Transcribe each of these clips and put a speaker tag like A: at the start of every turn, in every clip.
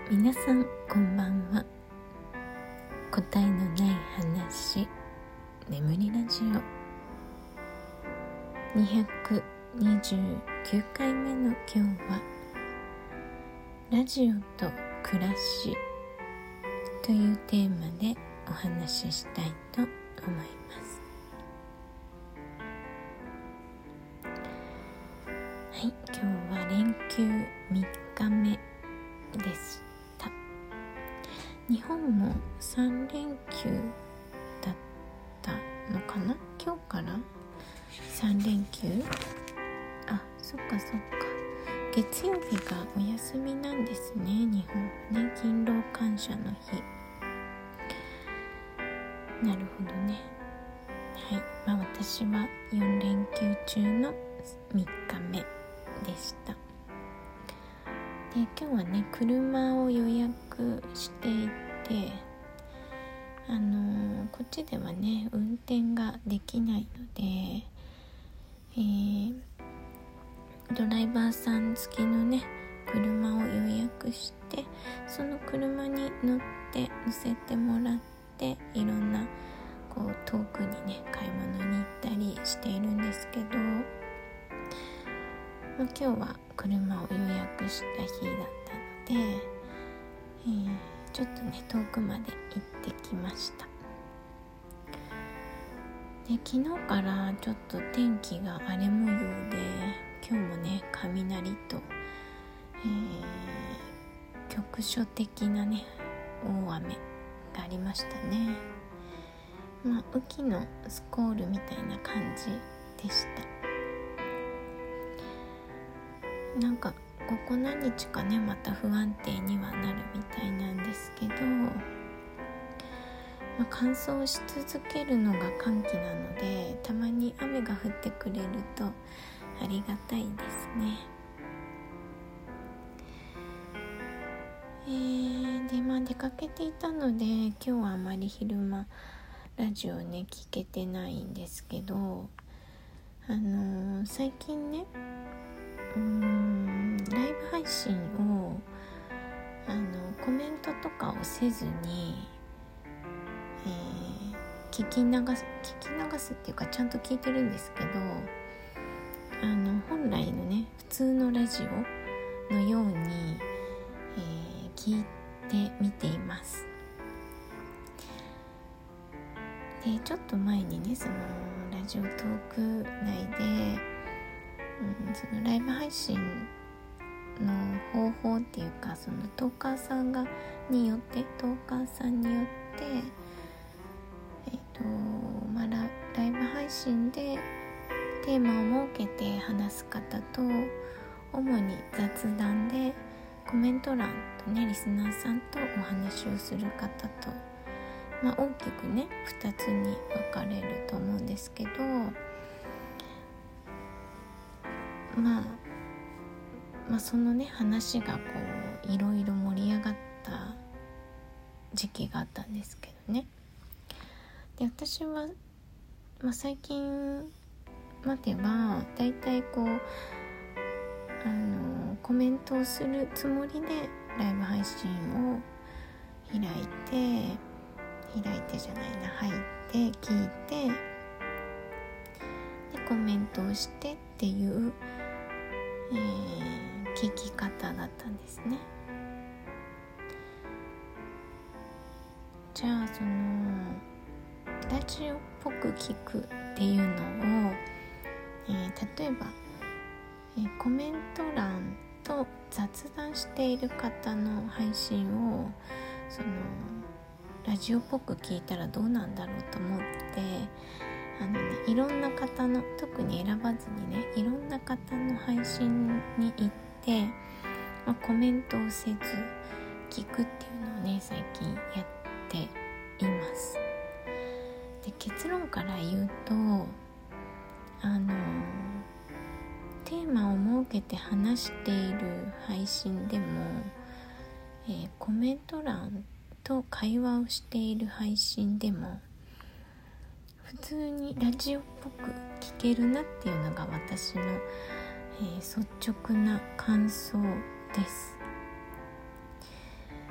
A: 皆さんこんばんは。答えのない話、眠りラジオ229回目の今日は、ラジオと暮らしというテーマでお話ししたいと思います。はい、今日は連休3日目です。日本も3連休だったのかな。今日から3連休。そっか月曜日がお休みなんですね。日本はね、勤労感謝の日。なるほどね。はい、私は4連休中の3日目でした。で、今日はね、車を予約していて、こっちではね、運転ができないので、ドライバーさん付きのね、車を予約して、その車に乗せてもらって、いろんな遠くにね、買い物に行ったりしているんですけど、今日は車を予約した日だったので、ちょっとね、遠くまで行ってきました。で、昨日からちょっと天気が荒れ模様で、今日もね、雷と、局所的なね、大雨がありましたね。雨季のスコールみたいな感じでした。なんかここ何日かね、また不安定にはなるみたいなんですけど、乾燥し続けるのが寒気なので、たまに雨が降ってくれるとありがたいですね。で、出かけていたので、今日はあまり昼間ラジオね、聞けてないんですけど、最近ね、ライブ配信をコメントとかをせずに、聞き流すっていうか、ちゃんと聞いてるんですけど、本来のね、普通のラジオのように、聞いてみています。で、ちょっと前にね、そのラジオトーク内で、そのライブ配信の方法っていうか、そのトーカーさんによって、ライブ配信でテーマを設けて話す方と、主に雑談でコメント欄とね、リスナーさんとお話をする方と、大きくね、2つに分かれると思うんですけど、そのね、話がいろいろ盛り上がった時期があったんですけどね。で、私は、最近まではだいたいコメントをするつもりでライブ配信を入って聞いて、でコメントをしてっていう、聞き方だったんですね。じゃあ、そのラジオっぽく聞くっていうのを、例えば、コメント欄と雑談している方の配信をそのラジオっぽく聞いたらどうなんだろうと思って、いろんな方の、特に選ばずにね、いろんな方の配信に行って、コメントをせず聞くっていうのをね、最近やっています。で、結論から言うと、テーマを設けて話している配信でも、コメント欄と会話をしている配信でも、普通にラジオっぽく聞けるなっていうのが私の、率直な感想です。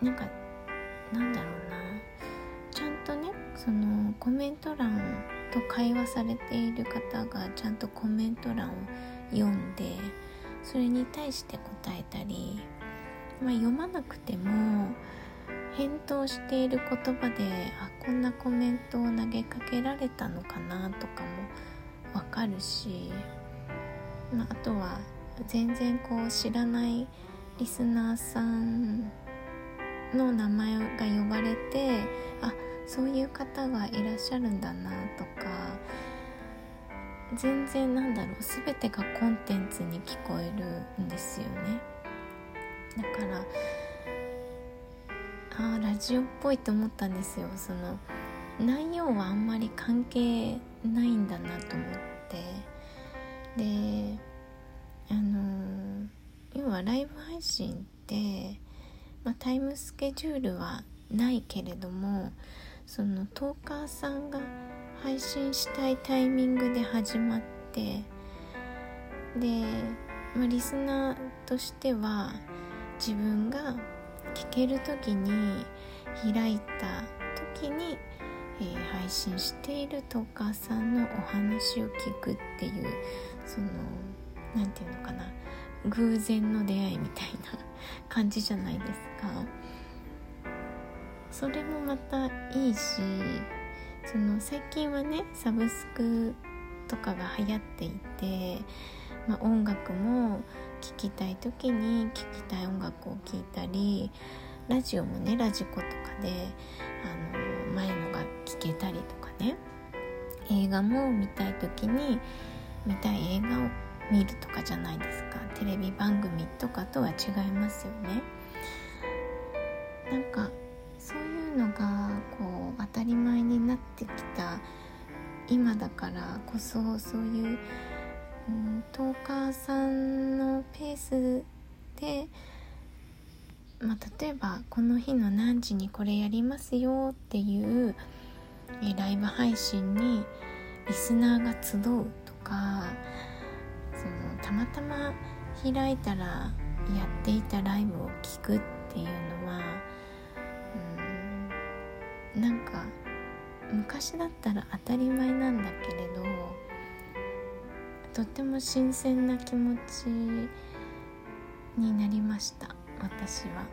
A: なんだろうな、ちゃんとねそのコメント欄と会話されている方がちゃんとコメント欄を読んで、それに対して答えたり、読まなくても返答している言葉でこんなコメントを投げかけられたのかなとかもわかるし、あとは全然知らないリスナーさんの名前が呼ばれて、そういう方がいらっしゃるんだなとか、全然全てがコンテンツに聞こえるんですよね。だからラジオっぽいと思ったんですよ。その内容はあんまり関係ないんだなと思って、で要はライブ配信って、タイムスケジュールはないけれども、そのトーカーさんが配信したいタイミングで始まって、で、リスナーとしては自分が聞ける時に開いた時に、配信しているトーカーさんのお話を聞くっていう、そのなんていうのかな、偶然の出会いみたいな感じじゃないですか。それもまたいいし、その最近はねサブスクとかが流行っていて、音楽も聴きたい時に聴きたい音楽を聴いたり、ラジオもねラジコとかで前のが聴けたりとかね、映画も見たい時に見たい映画を見るとかじゃないですか。テレビ番組とかとは違いますよね。そういうのが当たり前になってきた今だからこそ、そういう、トーカーさんのペースで、例えばこの日の何時にこれやりますよっていうライブ配信にリスナーが集うとか、そのたまたま開いたらやっていたライブを聞くっていうのは、昔だったら当たり前なんだけれど、とっても新鮮な気持ちになりました、私は。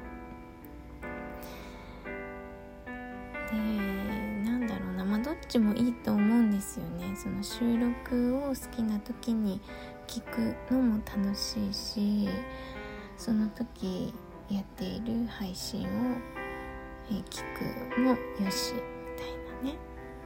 A: で、どっちもいいと思うんですよね。その収録を好きな時に聞くのも楽しいし、その時やっている配信を聞くもよしみたいなね。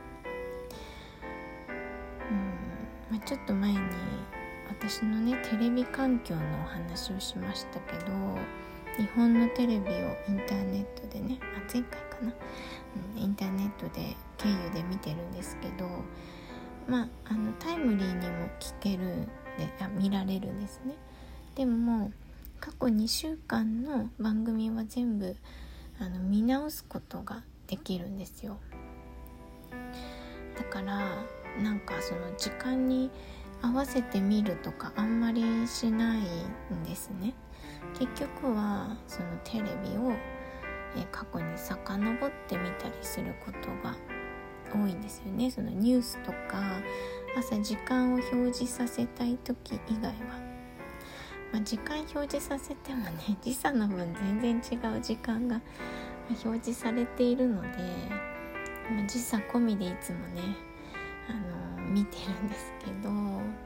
A: ちょっと前に私のねテレビ環境のお話をしましたけど、日本のテレビをインターネットでね、前回かな、インターネットで経由で見てるんですけど、タイムリーにも聞けるで見られるんですね。でも過去2週間の番組は全部見直すことができるんですよ。だからその時間に合わせて見るとかあんまりしないんですね。結局はそのテレビを過去に遡ってみたりすることが多いんですよね。そのニュースとか朝時間を表示させたい時以外は、時間表示させてもね時差の分全然違う時間が表示されているので、時差込みでいつもね見てるんですけど、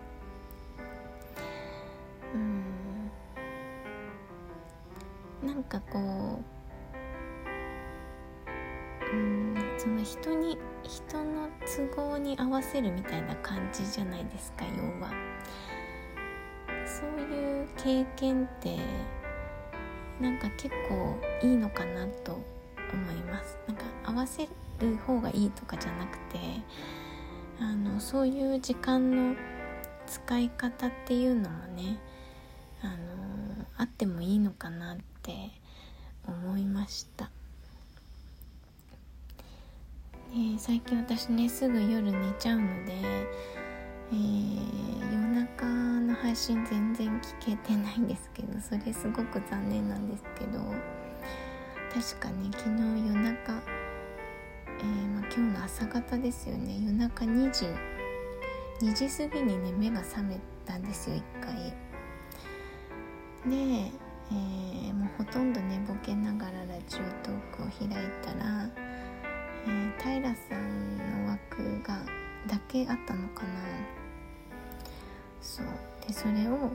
A: その人の都合に合わせるみたいな感じじゃないですか。要はそういう経験って結構いいのかなと思います。合わせる方がいいとかじゃなくて、そういう時間の使い方っていうのもねあってもいいのかなって思いました。最近私ねすぐ夜寝ちゃうので、夜中の配信全然聞けてないんですけど、それすごく残念なんですけど、 確かね、昨日夜中、今日の朝方ですよね、夜中2時過ぎにね目が覚めたんですよ、一回で、もうほとんど寝ぼけながらラジオトークを開いたら、平さんの枠だけあったのかな。そうで、それを、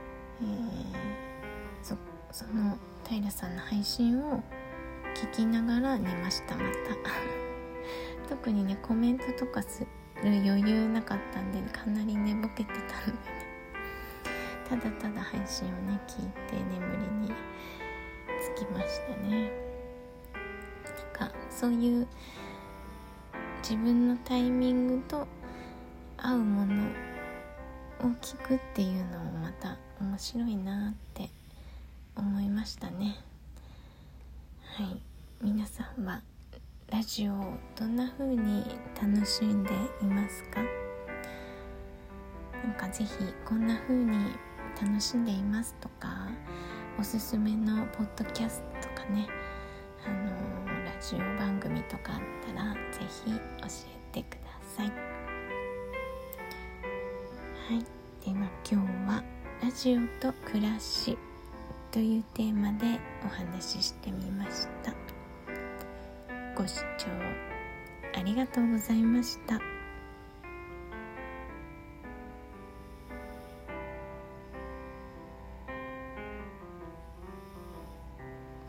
A: その平さんの配信を聞きながら寝ました。また特にねコメントとかする余裕なかったんで、かなり寝ぼけてたのでね、ただただ配信をね聞いて眠りにつきましたね。なんかそういう自分のタイミングと合うものを聞くっていうのもまた面白いなって思いましたね。はい、皆さんはラジオをどんな風に楽しんでいますか？なんかぜひこんな風に楽しんでいますとか、おすすめのポッドキャストとかね、ラジオ番組とかあったらぜひ教えてください。はい、では今日はラジオと暮らしというテーマでお話ししてみました。ご視聴ありがとうございました。